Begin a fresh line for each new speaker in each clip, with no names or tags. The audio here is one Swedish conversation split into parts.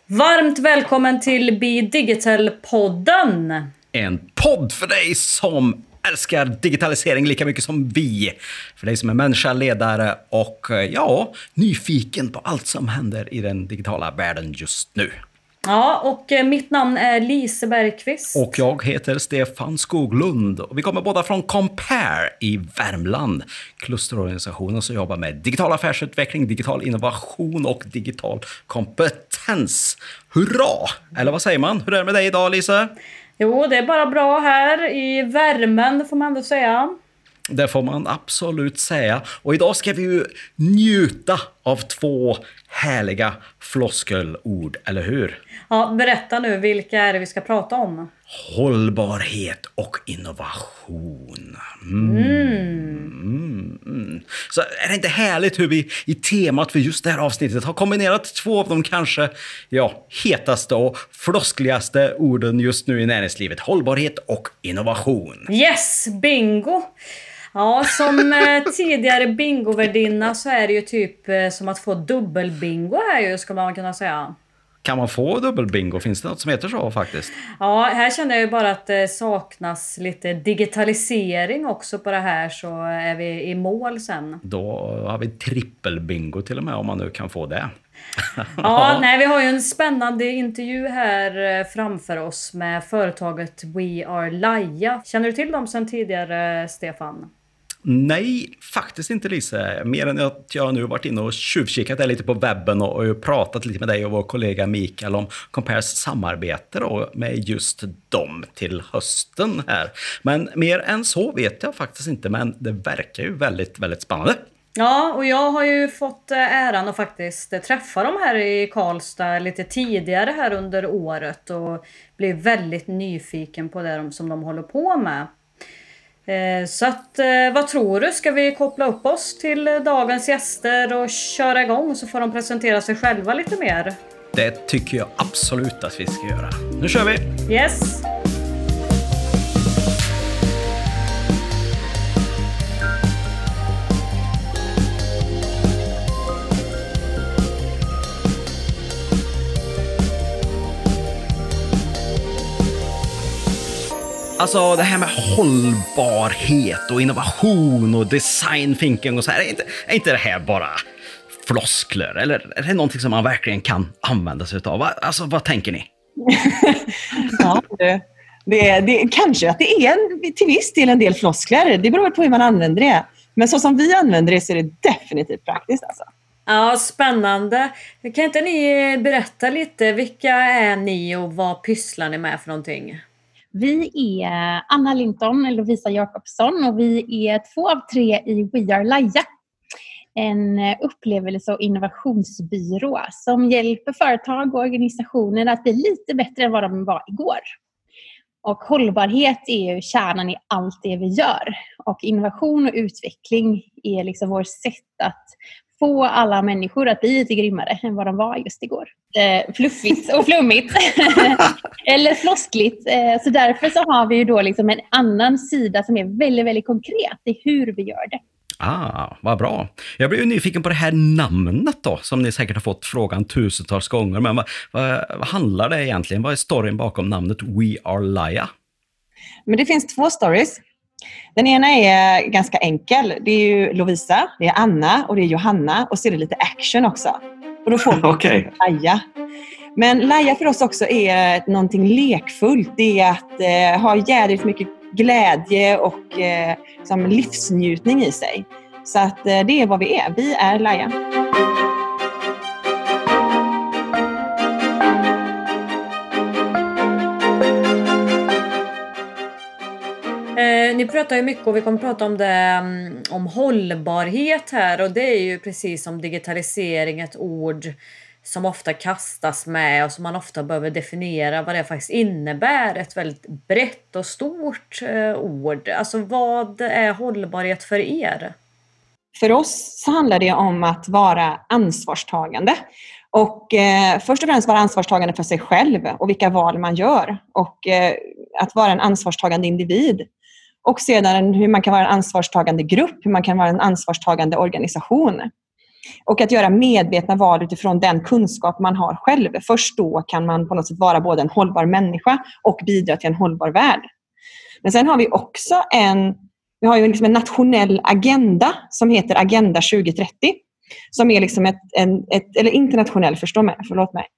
Varmt välkommen till Be Digital-podden.
En podd för dig som älskar digitalisering lika mycket som vi. För dig som är människa, ledare och nyfiken på allt som händer i den digitala världen just nu.
Ja, och mitt namn är Lise Bergqvist.
Och jag heter Stefan Skoglund. Och vi kommer båda från Compare i Värmland. Klusterorganisationen som jobbar med digital affärsutveckling, digital innovation och digital kompetens. Hurra! Eller vad säger man? Hur är det med dig idag, Lise?
Jo, det är bara bra här i värmen, får man ändå säga.
Det får man absolut säga. Och idag ska vi ju njuta av två härliga floskelord, eller hur?
Ja, berätta nu, vilka är det vi ska prata om?
Hållbarhet och innovation. Så är det inte härligt hur vi i temat för just det här avsnittet har kombinerat två av de kanske hetaste och floskligaste orden just nu i näringslivet. Hållbarhet och innovation.
Yes, bingo! Ja, som tidigare bingovärdinna så är det ju typ som att få dubbelbingo här ju, ska man kunna säga.
Kan man få dubbelbingo? Finns det något som heter så faktiskt?
Ja, här känner jag ju bara att det saknas lite digitalisering också på det här, så är vi i mål sen.
Då har vi trippelbingo till och med, om man nu kan få det.
Ja, nej, vi har ju en spännande intervju här framför oss med företaget We Are Laia. Känner du till dem sedan tidigare, Stefan?
Nej, faktiskt inte, Lise. Mer än att jag nu varit inne och tjuvkikat lite på webben och pratat lite med dig och vår kollega Mikael om Compares samarbete då med just dem till hösten här. Men mer än så vet jag faktiskt inte, men det verkar ju väldigt, väldigt spännande.
Ja, och jag har ju fått äran att faktiskt träffa dem här i Karlstad lite tidigare här under året och blir väldigt nyfiken på det som de håller på med. Så att, vad tror du? Ska vi koppla upp oss till dagens gäster och köra igång, så får de presentera sig själva lite mer?
Det tycker jag absolut att vi ska göra. Nu kör vi!
Yes!
Alltså det här med hållbarhet och innovation och design thinking och så här, är inte det här bara floskler? Eller är det någonting som man verkligen kan använda sig av? Alltså vad tänker ni?
Ja, det kanske att det är till viss del en del floskler. Det beror på hur man använder det. Men så som vi använder det så är det definitivt praktiskt alltså.
Ja, spännande. Kan inte ni berätta lite, vilka är ni och vad pysslar ni med för någonting?
Vi är Anna Linton, Lovisa Jakobsson, och vi är 2 av 3 i We Are Laia. En upplevelse- och innovationsbyrå som hjälper företag och organisationer att bli lite bättre än vad de var igår. Och hållbarhet är ju kärnan i allt det vi gör. Och innovation och utveckling är liksom vårt sätt att få alla människor att bli lite grymmare än vad de var just igår. Fluffigt och flummigt. Eller floskligt. Så därför så har vi ju då liksom en annan sida som är väldigt, väldigt konkret i hur vi gör det.
Vad bra. Jag blev ju nyfiken på det här namnet då, som ni säkert har fått frågan tusentals gånger. Men vad handlar det egentligen? Vad är storyn bakom namnet We Are Laia?
Men det finns 2 stories. Den ena är ganska enkel. Det är ju Lovisa, det är Anna och det är Johanna. Och så är det lite action också. Och då får vi Laia. Men Laia för oss också är någonting lekfullt. Det är att ha jävligt mycket glädje och som livsnjutning i sig. Så att det är vad vi är. Vi är Laia.
Ni pratar ju mycket och vi kommer prata om det, om hållbarhet här, och det är ju precis som digitalisering ett ord som ofta kastas med och som man ofta behöver definiera vad det faktiskt innebär. Ett väldigt brett och stort ord. Alltså vad är hållbarhet för er?
För oss så handlar det om att vara ansvarstagande. Och först och främst vara ansvarstagande för sig själv och vilka val man gör. Och att vara en ansvarstagande individ. Och sedan hur man kan vara en ansvarstagande grupp, hur man kan vara en ansvarstagande organisation. Och att göra medvetna val utifrån den kunskap man har själv. Först då kan man på något sätt vara både en hållbar människa och bidra till en hållbar värld. Men sen har vi också en nationell agenda som heter Agenda 2030. Som är liksom eller internationell, förlåt mig.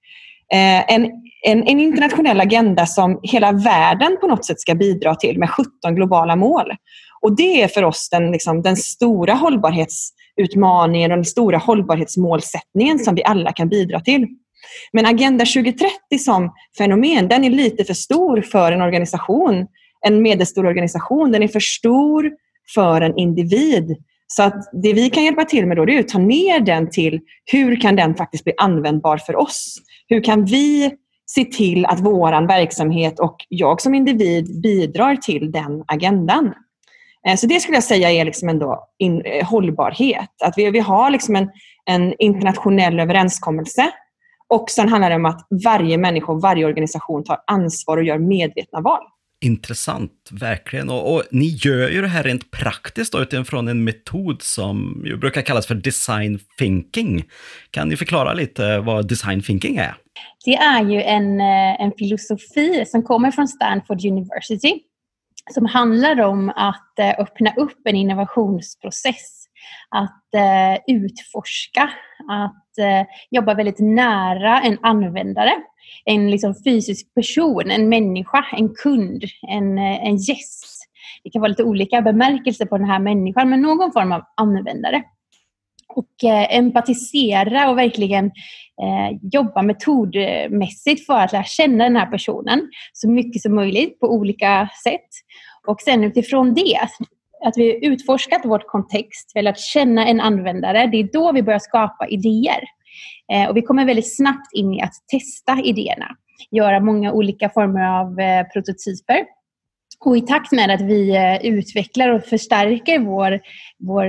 En internationell agenda som hela världen på något sätt ska bidra till med 17 globala mål. Och det är för oss den stora hållbarhetsutmaningen och den stora hållbarhetsmålsättningen som vi alla kan bidra till. Men Agenda 2030 som fenomen, den är lite för stor för en organisation, en medelstor organisation. Den är för stor för en individ. Så att det vi kan hjälpa till med då, det är att ta ner den till hur kan den faktiskt bli användbar för oss? Hur kan vi se till att våran verksamhet och jag som individ bidrar till den agendan? Så det skulle jag säga är liksom ändå hållbarhet. Att vi har liksom en internationell överenskommelse. Och sen handlar det om att varje människa och varje organisation tar ansvar och gör medvetna val.
Intressant, verkligen. Och ni gör ju det här rent praktiskt utifrån en metod som ju brukar kallas för design thinking. Kan ni förklara lite vad design thinking är?
Det är ju en filosofi som kommer från Stanford University som handlar om att öppna upp en innovationsprocess, att utforska, att jobba väldigt nära en användare, en liksom fysisk person, en människa, en kund, en gäst. Det kan vara lite olika bemärkelser på den här människan, men någon form av användare. Och empatisera och verkligen jobba metodmässigt för att lära känna den här personen så mycket som möjligt på olika sätt. Och sen utifrån det, att vi utforskat vårt kontext, eller att känna en användare, det är då vi börjar skapa idéer. Och vi kommer väldigt snabbt in i att testa idéerna, göra många olika former av prototyper. Och i takt med att vi utvecklar och förstärker vår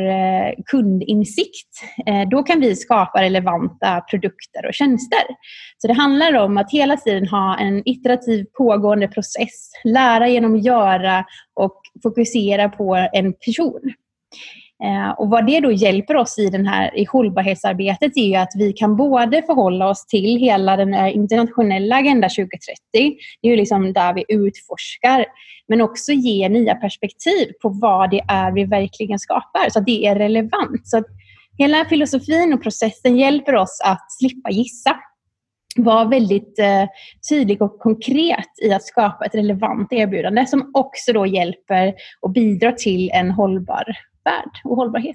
kundinsikt, då kan vi skapa relevanta produkter och tjänster. Så det handlar om att hela tiden ha en iterativ pågående process, lära genom att göra och fokusera på en person. Och vad det då hjälper oss i hållbarhetsarbetet är ju att vi kan både förhålla oss till hela den internationella Agenda 2030, det är ju liksom där vi utforskar, men också ge nya perspektiv på vad det är vi verkligen skapar så att det är relevant. Så att hela filosofin och processen hjälper oss att slippa gissa. Vara väldigt tydlig och konkret i att skapa ett relevant erbjudande som också då hjälper och bidrar till en hållbar värld och hållbarhet.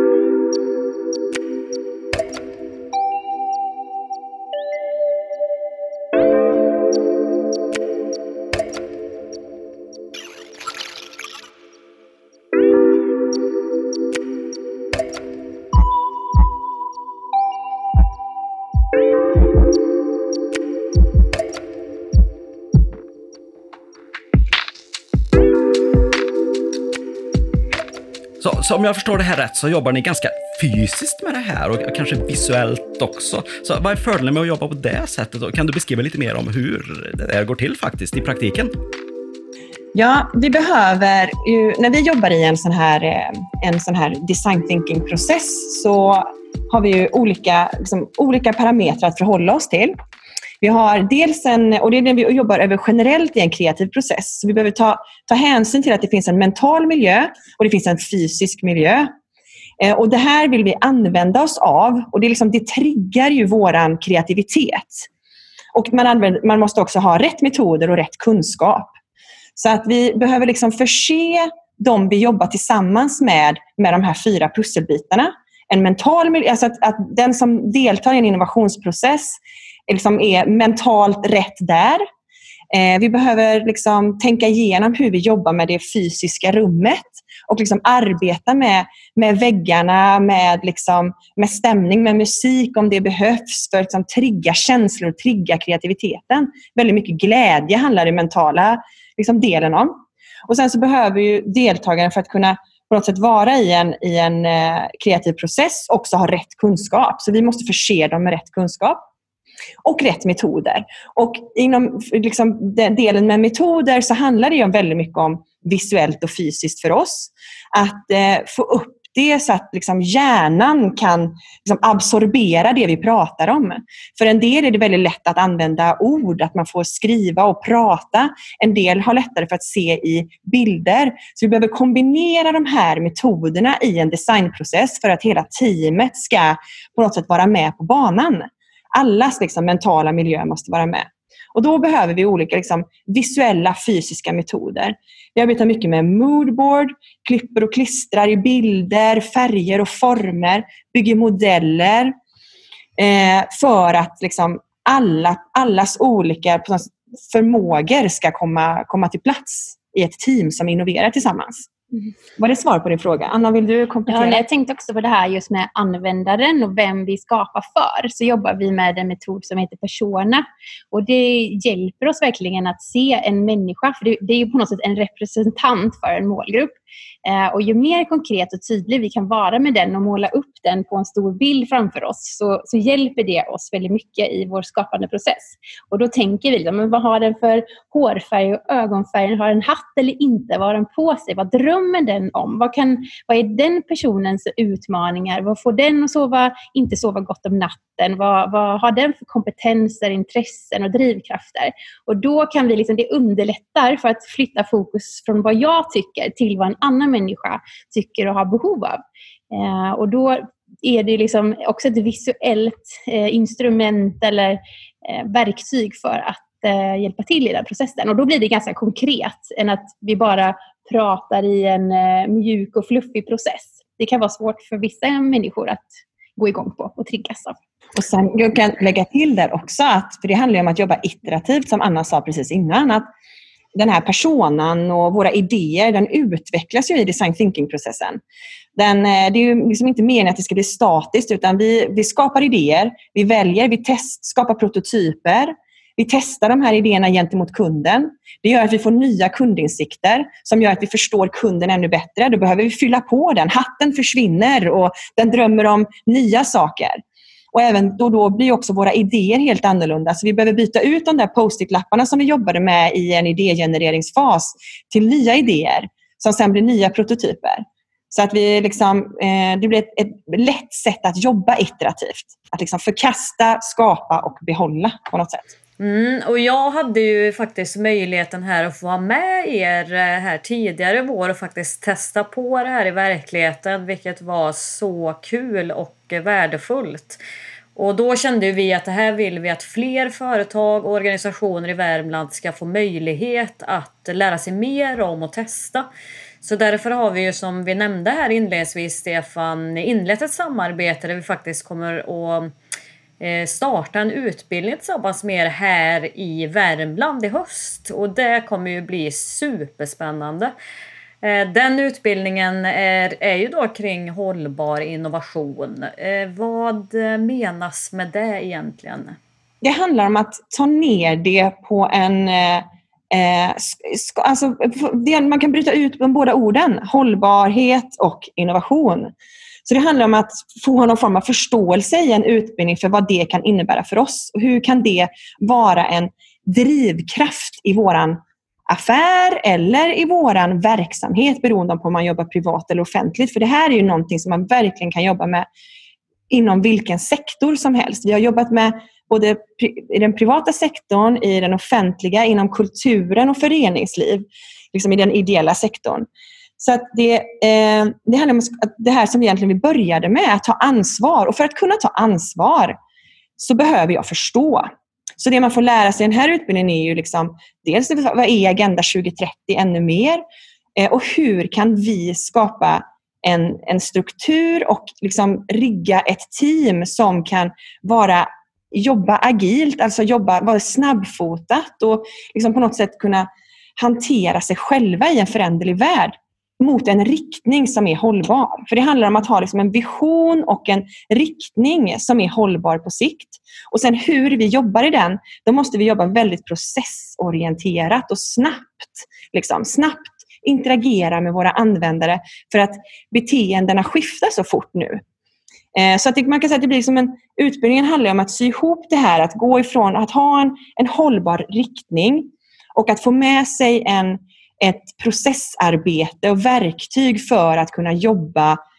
Så om jag förstår det här rätt så jobbar ni ganska fysiskt med det här och kanske visuellt också. Så vad är fördelen med att jobba på det sättet? Och kan du beskriva lite mer om hur det där går till faktiskt i praktiken?
Ja, vi behöver ju, när vi jobbar i en sån här design thinking-process så har vi ju olika parametrar att förhålla oss till. Vi har dels och det är det vi jobbar över generellt i en kreativ process. Så vi behöver ta hänsyn till att det finns en mental miljö och det finns en fysisk miljö. Och det här vill vi använda oss av och det triggar ju våran kreativitet. Och man måste också ha rätt metoder och rätt kunskap. Så att vi behöver förse dem vi jobbar tillsammans med de här 4 pusselbitarna. En mental miljö, alltså att den som deltar i en innovationsprocess är mentalt rätt där. Vi behöver tänka igenom hur vi jobbar med det fysiska rummet och arbeta med väggarna, med stämning, med musik om det behövs för att trigga känslor och trigga kreativiteten. Väldigt mycket glädje handlar det mentala delen om. Och sen så behöver ju deltagarna för att kunna på något sätt vara i en kreativ process också ha rätt kunskap. Så vi måste förse dem med rätt kunskap. Och rätt metoder. Och inom den delen med metoder så handlar det ju väldigt mycket om visuellt och fysiskt för oss. Att få upp det så att liksom hjärnan kan liksom absorbera det vi pratar om. För en del är det väldigt lätt att använda ord, att man får skriva och prata. En del har lättare för att se i bilder. Så vi behöver kombinera de här metoderna i en designprocess för att hela teamet ska på något sätt vara med på banan. Allas liksom mentala miljö måste vara med. Och då behöver vi olika liksom visuella, fysiska metoder. Vi arbetar mycket med moodboard, klipper och klistrar i bilder, färger och former, bygger modeller för att liksom allas olika förmågor ska komma till plats i ett team som innoverar tillsammans. Var det svar på din fråga? Anna, vill du komplettera?
Ja, jag tänkte också på det här just med användaren och vem vi skapar för. Så jobbar vi med en metod som heter persona. Och det hjälper oss verkligen att se en människa. För det är ju på något sätt en representant för en målgrupp. Och ju mer konkret och tydlig vi kan vara med den och måla upp den på en stor bild framför oss så hjälper det oss väldigt mycket i vår skapande process. Och då tänker vi, men vad har den för hårfärg och ögonfärg? Har den hatt eller inte? Vad har den på sig? Vad drömmer den om? Vad är den personens utmaningar? Vad får den att inte sova gott om natten? Vad har den för kompetenser, intressen och drivkrafter? Och då kan vi det underlättar för att flytta fokus från vad jag tycker till vad en annan människa tycker och har behov av. Och då är det också ett visuellt instrument eller verktyg för att hjälpa till i den processen. Och då blir det ganska konkret än att vi bara pratar i en mjuk och fluffig process. Det kan vara svårt för vissa människor att gå igång på och triggas av.
Och sen jag kan lägga till där också för det handlar om att jobba iterativt som Anna sa precis innan, att den här personan och våra idéer, den utvecklas ju i design thinking-processen. Det är ju inte meningen att det ska bli statiskt, utan vi skapar idéer, vi väljer, skapar prototyper, vi testar de här idéerna gentemot kunden. Det gör att vi får nya kundinsikter som gör att vi förstår kunden ännu bättre. Då behöver vi fylla på den. Hatten försvinner och den drömmer om nya saker. Och även då blir också våra idéer helt annorlunda. Så vi behöver byta ut de där post-it-lapparna som vi jobbade med i en idégenereringsfas till nya idéer som sen blir nya prototyper. Så att vi det blir ett lätt sätt att jobba iterativt. Att förkasta, skapa och behålla på något sätt.
Och jag hade ju faktiskt möjligheten här att få vara med er här tidigare vår och faktiskt testa på det här i verkligheten, vilket var så kul och värdefullt. Och då kände vi att det här vill vi att fler företag och organisationer i Värmland ska få möjlighet att lära sig mer om och testa. Så därför har vi ju, som vi nämnde här inledningsvis, Stefan, inlett ett samarbete där vi faktiskt kommer att starta en utbildning tillsammans med er här i Värmland i höst. Och det kommer ju bli superspännande. Den utbildningen är ju då kring hållbar innovation. Vad menas med det egentligen?
Det handlar om att ta ner det på en... man kan bryta ut de båda orden, hållbarhet och innovation. Så det handlar om att få någon form av förståelse i en utbildning för vad det kan innebära för oss. Och hur kan det vara en drivkraft i våran affär eller i våran verksamhet, beroende på om man jobbar privat eller offentligt. För det här är ju någonting som man verkligen kan jobba med inom vilken sektor som helst. Vi har jobbat med både i den privata sektorn, i den offentliga, inom kulturen och föreningsliv, i den ideella sektorn. Så att det handlar om att det här som egentligen vi började med, att ta ansvar. Och för att kunna ta ansvar så behöver jag förstå. Så det man får lära sig i den här utbildningen är ju dels vad är Agenda 2030 ännu mer, och hur kan vi skapa en struktur och rigga ett team som kan jobba agilt, alltså vara snabbfotat och på något sätt kunna hantera sig själva i en föränderlig värld mot en riktning som är hållbar. För det handlar om att ha en vision och en riktning som är hållbar på sikt. Och sen hur vi jobbar i den, då måste vi jobba väldigt processorienterat och snabbt interagera med våra användare för att beteendena skiftar så fort nu. Så att man kan säga att det blir utbildningen handlar om att sy ihop det här, att gå ifrån att ha en hållbar riktning och att få med sig ett processarbete och verktyg för att kunna jobba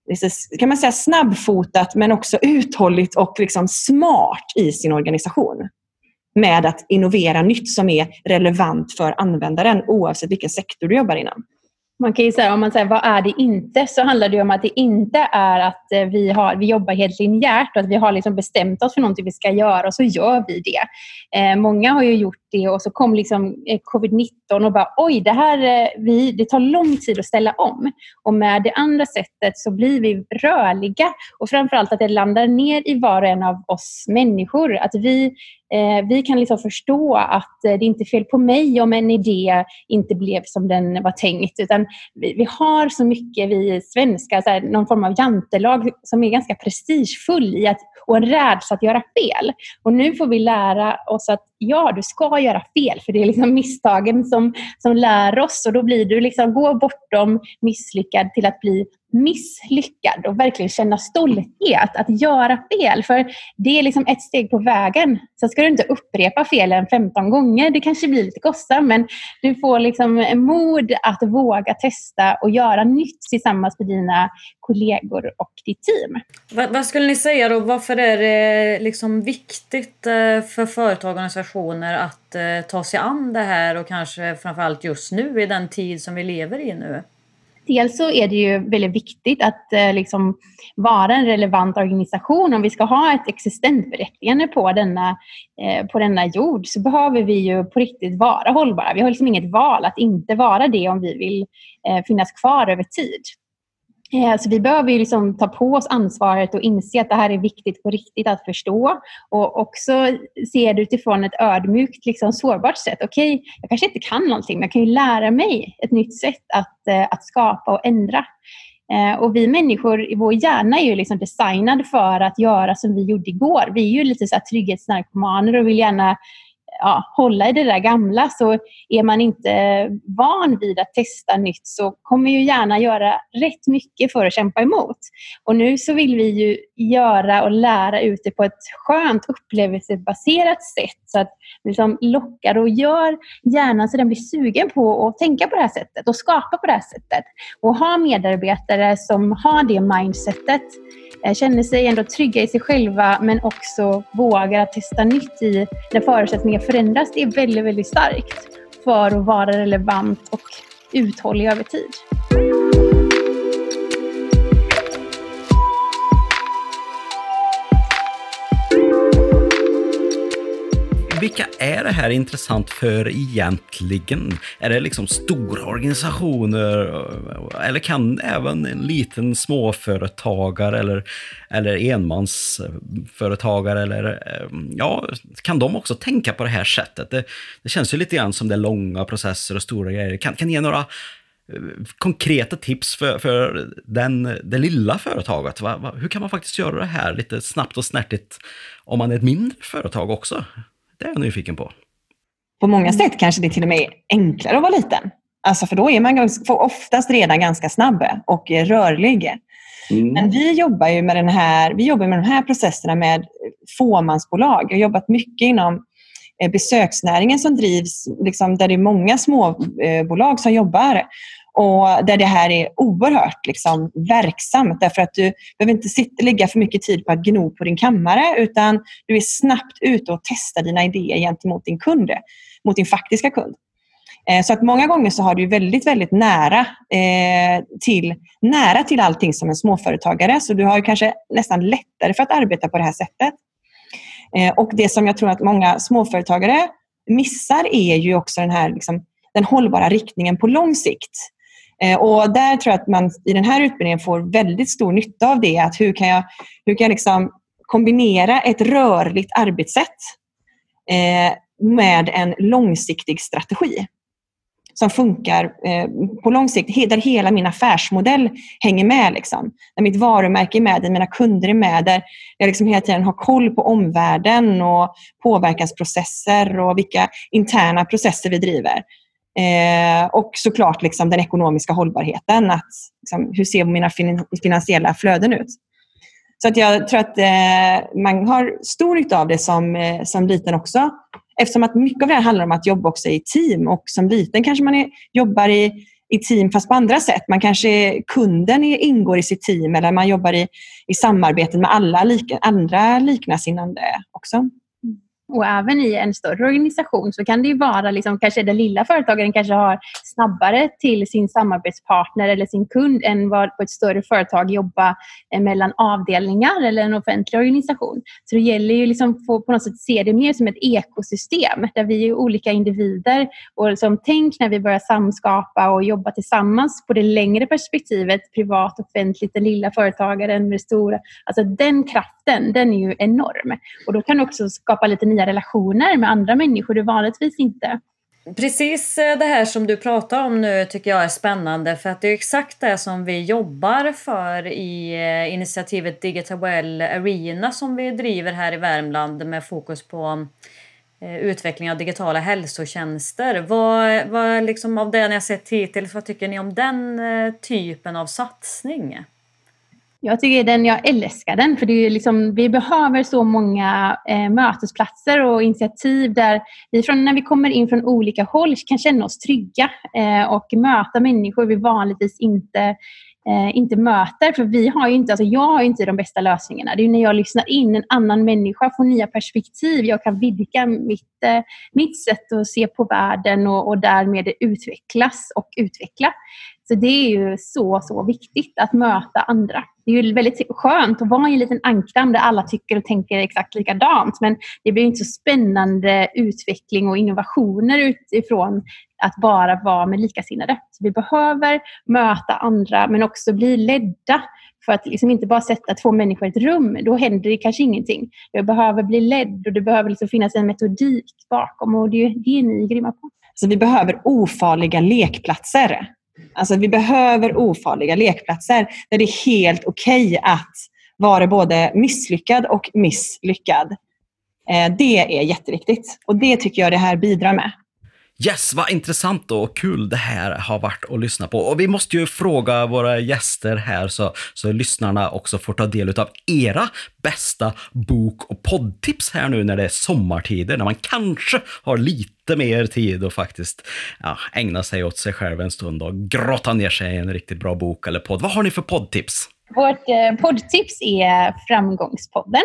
kan man säga, snabbfotat men också uthålligt och liksom smart i sin organisation. Med att innovera nytt som är relevant för användaren oavsett vilken sektor du jobbar inom.
Man kan ju säga, om man säger vad är det inte, så handlar det om att det inte är att vi jobbar helt linjärt och att vi har liksom bestämt oss för någonting vi ska göra och så gör vi det. Många har ju gjort det och så kom liksom covid-19 och bara oj, det tar lång tid att ställa om. Och med det andra sättet så blir vi rörliga och framförallt att det landar ner i var och en av oss människor. Att vi kan liksom förstå att det inte är fel på mig om en idé inte blev som den var tänkt. Utan vi har så mycket, vi svenskar, så här, någon form av jantelag som är ganska prestigefull i och en rädsla att göra fel. Och nu får vi lära oss att du ska göra fel. För det är liksom misstagen som lär oss. Och då blir du liksom gå bortom misslyckad till att bli misslyckad och verkligen känna stolthet att göra fel. För det är liksom ett steg på vägen. Så ska du inte upprepa felen 15 gånger. Det kanske blir lite kostsamt, men du får liksom mod att våga testa och göra nytt tillsammans med dina kollegor och ditt team.
Vad skulle ni säga då? Varför är det liksom viktigt för företagsorganisationer att ta sig an det här och kanske framförallt just nu i den tid som vi lever i nu?
Dels så är det ju väldigt viktigt att liksom vara en relevant organisation. Om vi ska ha ett existensberättigande på denna jord så behöver vi ju på riktigt vara hållbara. Vi har liksom inget val att inte vara det om vi vill finnas kvar över tid. Så vi behöver ju liksom ta på oss ansvaret och inse att det här är viktigt på riktigt att förstå. Och också se det utifrån ett ödmjukt, liksom sårbart sätt. Okej, jag kanske inte kan någonting, men jag kan ju lära mig ett nytt sätt att skapa och ändra. Och vi människor i vår hjärna är ju liksom designad för att göra som vi gjorde igår. Vi är ju lite så här trygghetsnarkomaner och vill gärna hålla i det där gamla. Så är man inte van vid att testa nytt så kommer ju gärna göra rätt mycket för att kämpa emot. Och nu så vill vi ju göra och lära ut det på ett skönt upplevelsebaserat sätt så att vi liksom lockar och gör hjärnan så den blir sugen på att tänka på det här sättet och skapa på det här sättet. Och ha medarbetare som har det mindsetet, känner sig ändå trygga i sig själva men också vågar testa nytt i när förutsättningar förändras. Det är väldigt, väldigt starkt för att vara relevant och uthållig över tid.
Vilka är det här intressant för egentligen? Är det liksom stora organisationer eller kan även en liten småföretagare eller enmansföretagare kan de också tänka på det här sättet? Det känns ju lite grann som det är långa processer och stora grejer. Kan ni ge några konkreta tips för det lilla företaget? Hur kan man faktiskt göra det här lite snabbt och snärtigt om man är ett mindre företag också? Det är jag nyfiken på.
På många sätt kanske det till och med är enklare att vara liten. Alltså för då är man oftast redan ganska snabb och rörlig. Men vi jobbar ju med de här processerna med fåmansbolag. Jag har jobbat mycket inom besöksnäringen som drivs, liksom, där det är många småbolag som jobbar. Och där det här är oerhört liksom, verksamt. Därför att du behöver inte lägga för mycket tid på att gno på din kammare. Utan du är snabbt ute och testar dina idéer gentemot din kund. Mot din faktiska kund. Så att många gånger så har du väldigt, väldigt nära till allting som en småföretagare. Så du har ju kanske nästan lättare för att arbeta på det här sättet. Och det som jag tror att många småföretagare missar är ju också den hållbara riktningen på lång sikt. Och där tror jag att man i den här utbildningen får väldigt stor nytta av det. Att hur kan jag liksom kombinera ett rörligt arbetssätt med en långsiktig strategi som funkar på lång sikt, där hela min affärsmodell hänger med. Liksom. Där mitt varumärke är med, där mina kunder är med, där jag liksom hela tiden har koll på omvärlden och påverkansprocesser och vilka interna processer vi driver. Och såklart liksom den ekonomiska hållbarheten, att liksom, hur ser mina finansiella flöden ut. Så att jag tror att man har stor nytta av det som liten också. Eftersom att mycket av det här handlar om att jobba också i team. Och som liten kanske man jobbar i i team fast på andra sätt. Man kanske, kunden ingår i sitt team eller man jobbar i samarbete med andra liknande också.
Och även i en större organisation så kan det ju vara liksom, kanske den lilla företagaren kanske har snabbare till sin samarbetspartner eller sin kund än vad på ett större företag jobba mellan avdelningar eller en offentlig organisation. Så det gäller ju liksom på något sätt se det mer som ett ekosystem där vi är olika individer och liksom, tänk när vi börjar samskapa och jobba tillsammans på det längre perspektivet, privat, offentligt, den lilla företagaren med det stora. Alltså den kraften, den är ju enorm. Och då kan du också skapa lite nya relationer med andra människor du vanligtvis inte.
Precis det här som du pratar om nu tycker jag är spännande för att det är exakt det som vi jobbar för i initiativet Digital Well Arena som vi driver här i Värmland med fokus på utveckling av digitala hälsotjänster. Vad liksom av det ni har sett hittills, vad tycker ni om den typen av satsning?
Jag älskar den för det är liksom, vi behöver så många mötesplatser och initiativ där vi när vi kommer in från olika håll kan känna oss trygga och möta människor vi vanligtvis inte möter. För jag har ju inte de bästa lösningarna. Det är när jag lyssnar in en annan människa, får nya perspektiv. Jag kan vidga mitt sätt att se på världen och därmed utvecklas och utveckla. Så det är ju så viktigt att möta andra. Det är ju väldigt skönt att vara i en liten ankdam där alla tycker och tänker exakt likadant. Men det blir inte så spännande utveckling och innovationer utifrån att bara vara med likasinnade. Så vi behöver möta andra men också bli ledda. För att liksom inte bara sätta 2 människor i ett rum, då händer det kanske ingenting. Jag behöver bli ledd och det behöver liksom finnas en metodik bakom och det är det ni är grymma på.
Så vi behöver ofarliga lekplatser. Alltså vi behöver ofarliga lekplatser där det är helt okej att vara både misslyckad och misslyckad. Det är jätteviktigt och det tycker jag det här bidrar med.
Yes, vad intressant och kul det här har varit att lyssna på. Och vi måste ju fråga våra gäster här så lyssnarna också får ta del av era bästa bok- och poddtips här nu när det är sommartider. När man kanske har lite mer tid att faktiskt ägna sig åt sig själv en stund och grotta ner sig i en riktigt bra bok eller podd. Vad har ni för poddtips?
Vårt poddtips är Framgångspodden.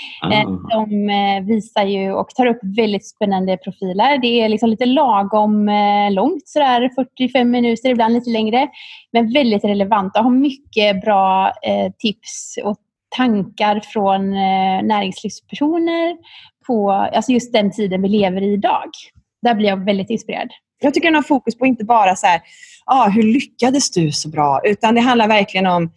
De visar ju och tar upp väldigt spännande profiler. Det är liksom lite lagom långt, sådär 45 minuter, ibland lite längre. Men väldigt relevanta, har mycket bra tips och tankar från näringslivspersoner på alltså just den tiden vi lever i idag. Där blir jag väldigt inspirerad.
Jag tycker den har fokus på inte bara så här, hur lyckades du så bra? Utan det handlar verkligen om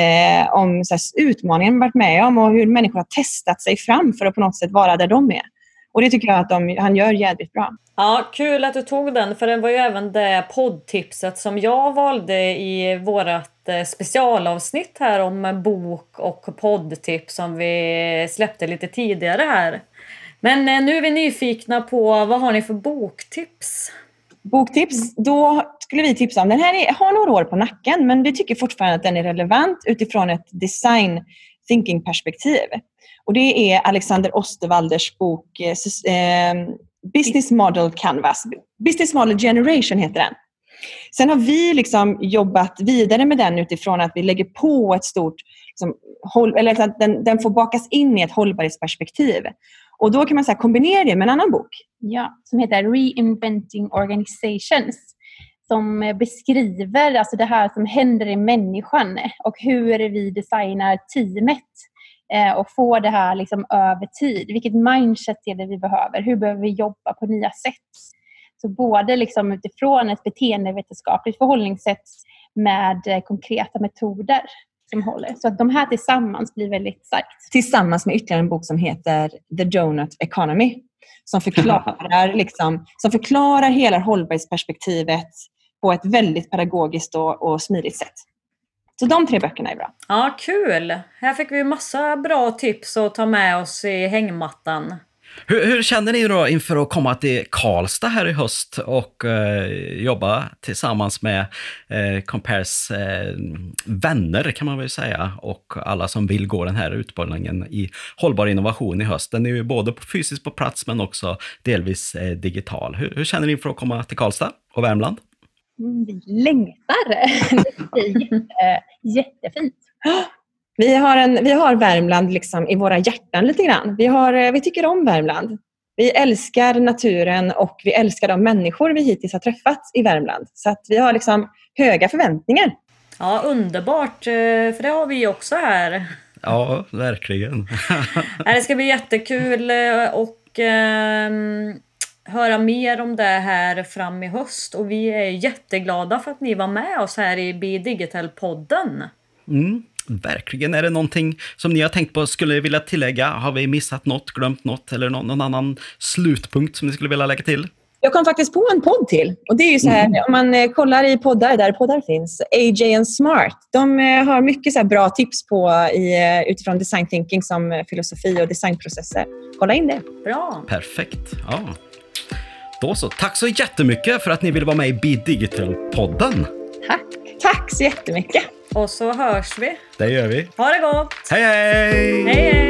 så här, utmaningen man varit med om och hur människor har testat sig fram för att på något sätt vara där de är. Och det tycker jag att han gör jävligt bra.
Ja, kul att du tog den, för den var ju även det poddtipset som jag valde i vårat specialavsnitt här om bok- och poddtips som vi släppte lite tidigare här. Men nu är vi nyfikna på, vad har ni för boktips?
Boktips, då skulle vi tipsa om. Den här har några år på nacken, men vi tycker fortfarande att den är relevant utifrån ett design thinking perspektiv. Och det är Alexander Osterwalders bok Business Model Canvas. Business Model Generation heter den. Sen har vi liksom jobbat vidare med den utifrån att vi lägger på ett stort, eller att den får bakas in i ett hållbarhetsperspektiv. Och då kan man kombinera det med en annan bok.
Ja, som heter Reinventing Organizations. Som beskriver alltså det här som händer i människan och hur vi designar teamet och får det här liksom över tid. Vilket mindset är det vi behöver? Hur behöver vi jobba på nya sätt? Så både liksom utifrån ett beteendevetenskapligt förhållningssätt med konkreta metoder som håller. Så att de här tillsammans blir väldigt starkt.
Tillsammans med ytterligare en bok som heter The Donut Economy. Som förklarar hela hållbarhetsperspektivet på ett väldigt pedagogiskt och smidigt sätt. Så de 3 böckerna är bra.
Ja, kul! Här fick vi massa bra tips att ta med oss i hängmattan.
Hur känner ni då inför att komma till Karlstad här i höst och jobba tillsammans med Compares vänner kan man väl säga, och alla som vill gå den här utbildningen i hållbar innovation i höst? Den är ju både fysiskt på plats men också delvis digital. Hur känner ni inför att komma till Karlstad och Värmland?
Vi längtar. Det är jättefint.
Vi har Värmland liksom i våra hjärtan lite grann. Vi tycker om Värmland. Vi älskar naturen och vi älskar de människor vi hittills har träffat i Värmland. Så att vi har liksom höga förväntningar.
Ja, underbart. För det har vi också här.
Ja, verkligen.
Det ska bli jättekul och höra mer om det här fram i höst. Och vi är jätteglada för att ni var med oss här i Be Digital-podden.
Verkligen. Är det någonting som ni har tänkt på, skulle vilja tillägga? Har vi missat något, glömt något eller någon annan slutpunkt som ni skulle vilja lägga till?
Jag kom faktiskt på en podd till. Och det är ju så här, om man kollar i poddar där poddar finns. AJ and Smart. De har mycket så här bra tips på utifrån design thinking som filosofi och designprocesser. Kolla in det.
Bra.
Perfekt. Ja. Då så. Tack så jättemycket för att ni ville vara med i Be Digital-podden.
Tack så jättemycket.
Och så hörs vi.
Det gör vi.
Ha det gott.
Hej hej!
Hej hej!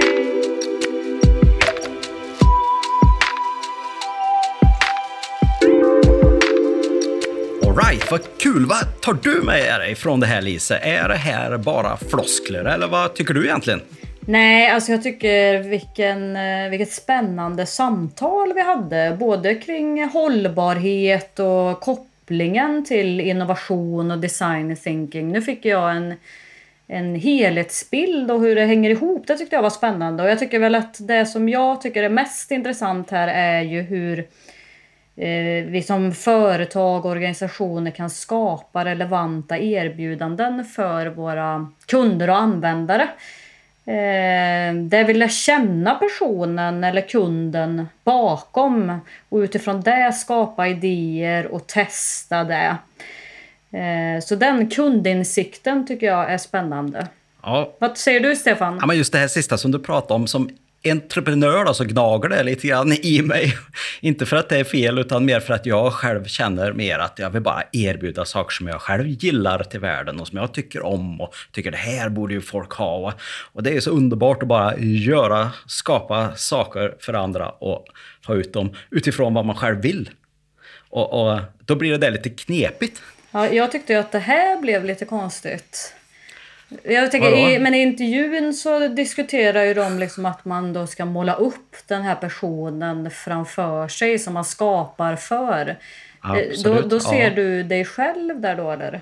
Alright, vad kul. Vad tar du med dig från det här, Lise? Är det här bara floskler eller vad tycker du egentligen?
Nej, alltså jag tycker vilket spännande samtal vi hade. Både kring hållbarhet och kopplingen till innovation och design thinking. Nu fick jag en helhetsbild och hur det hänger ihop. Det tyckte jag var spännande. Och jag tycker väl att det som jag tycker är mest intressant här är ju hur vi som företag och organisationer kan skapa relevanta erbjudanden för våra kunder och användare. Där vill jag känna personen eller kunden bakom och utifrån det skapa idéer och testa det. Så den kundinsikten tycker jag är spännande.
Ja.
Vad säger du, Stefan?
Ja, men just det här sista som du pratade om, som entreprenör då, så gnager det lite grann i mig. Inte för att det är fel utan mer för att jag själv känner mer att jag vill bara erbjuda saker som jag själv gillar till världen och som jag tycker om och tycker det här borde ju folk ha. Och det är så underbart att bara skapa saker för andra och ta ut dem utifrån vad man själv vill. Och då blir det lite knepigt.
Ja, jag tyckte ju att det här blev lite konstigt. Jag tänker, men i intervjun så diskuterar ju de liksom att man då ska måla upp den här personen framför sig som man skapar för. Då ser du dig själv där då, eller?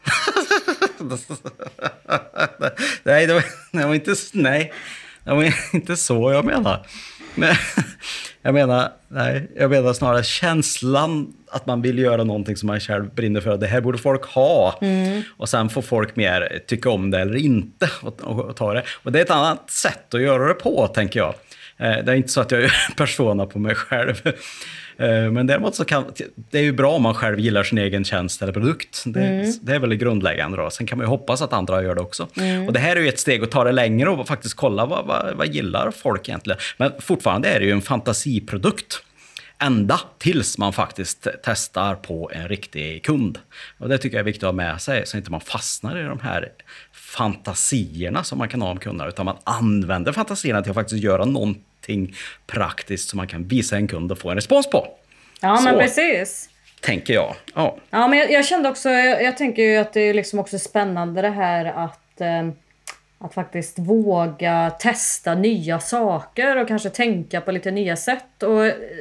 Nej, det var inte så jag menar. Men jag menar snarare känslan att man vill göra någonting som man själv brinner för. Det här borde folk ha. Och sen får folk mer tycka om det eller inte och ta det. Och det är ett annat sätt att göra det på, tänker jag. Det är inte så att jag är persona på mig själv. Men däremot så det är ju bra om man själv gillar sin egen tjänst eller produkt. Det är väl grundläggande då. Sen kan man ju hoppas att andra gör det också. Och det här är ju ett steg att ta det längre och faktiskt kolla vad gillar folk egentligen. Men fortfarande är det ju en fantasiprodukt. Ända tills man faktiskt testar på en riktig kund. Och det tycker jag är viktigt att ha med sig så inte man fastnar i de här fantasierna som man kan ha om kunder. Utan man använder fantasierna till att faktiskt göra någonting praktiskt som man kan visa en kund och få en respons på.
Ja,
så,
men precis.
Tänker jag. Ja,
men jag kände också, jag tänker ju att det är liksom också spännande det här att faktiskt våga testa nya saker och kanske tänka på lite nya sätt. Och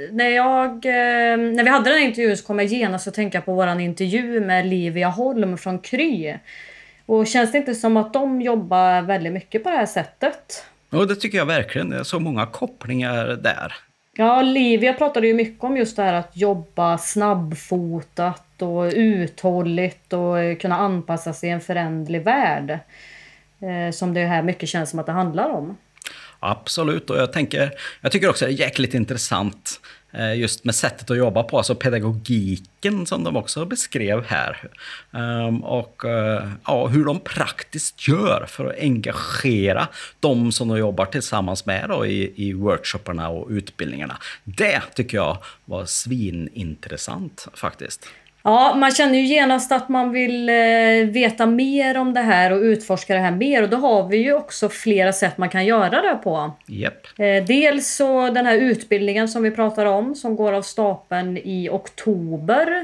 när vi hade den intervjun så kom jag genast att tänka på våran intervju med Livia Holm från Kry. Och känns det inte som att de jobbar väldigt mycket på det här sättet?
Och det tycker jag verkligen. Det är så många kopplingar där.
Ja, Livia pratade ju mycket om just det här att jobba snabbfotat och uthålligt och kunna anpassa sig i en föränderlig värld. Som det här mycket känns som att det handlar om.
Absolut, och jag tycker också det är jäkligt intressant just med sättet att jobba på, alltså pedagogiken som de också beskrev här. Och hur de praktiskt gör för att engagera de som de jobbar tillsammans med då, i workshopparna och utbildningarna. Det tycker jag var svinintressant faktiskt.
Ja, man känner ju genast att man vill veta mer om det här och utforska det här mer. Och då har vi ju också flera sätt man kan göra det på.
Yep.
Dels så den här utbildningen som vi pratar om som går av stapeln i oktober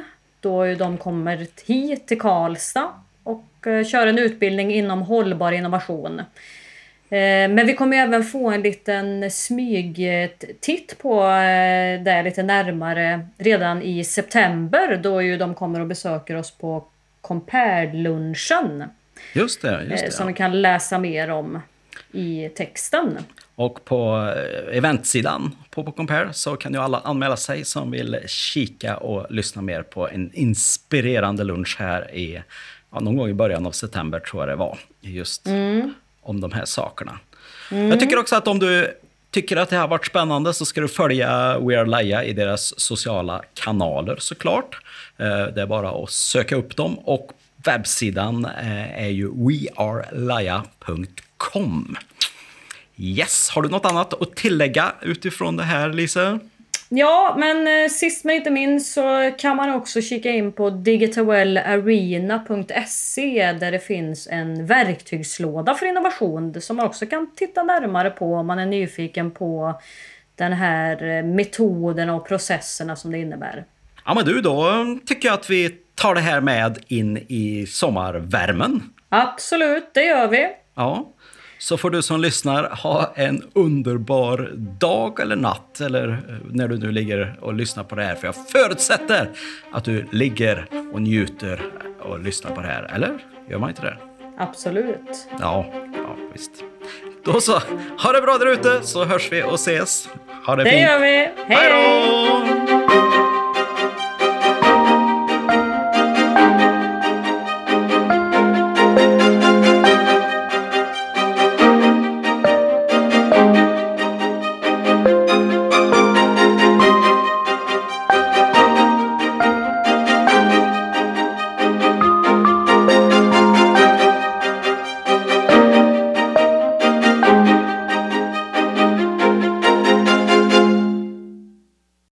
då de kommer hit till Karlstad och kör en utbildning inom hållbar innovation. Men vi kommer även få en liten smygtitt på det lite närmare redan i september, då ju de kommer och besöker oss på Compare-lunchen.
Just det.
Som vi kan läsa mer om i texten.
Och på eventsidan på Compare så kan ju alla anmäla sig som vill kika och lyssna mer på en inspirerande lunch här i någon gång i början av september, tror jag det var, just om de här sakerna. Jag tycker också att om du tycker att det här har varit spännande så ska du följa We Are Laia i deras sociala kanaler såklart. Det är bara att söka upp dem, och webbsidan är ju wearelaia.com. Yes, har du något annat att tillägga utifrån det här, Lisa?
Ja, men sist men inte minst så kan man också kika in på digitalarena.se där det finns en verktygslåda för innovation som man också kan titta närmare på om man är nyfiken på den här metoden och processerna som det innebär.
Ja, men du, då tycker jag att vi tar det här med in i sommarvärmen.
Absolut, det gör vi.
Ja. Så får du som lyssnar ha en underbar dag eller natt, eller när du nu ligger och lyssnar på det här. För jag förutsätter att du ligger och njuter och lyssnar på det här. Eller? Gör man inte det?
Absolut.
Ja, visst. Då så, ha det bra där ute, så hörs vi och ses. Ha det fint.
Det gör vi. Hej!
Hej då!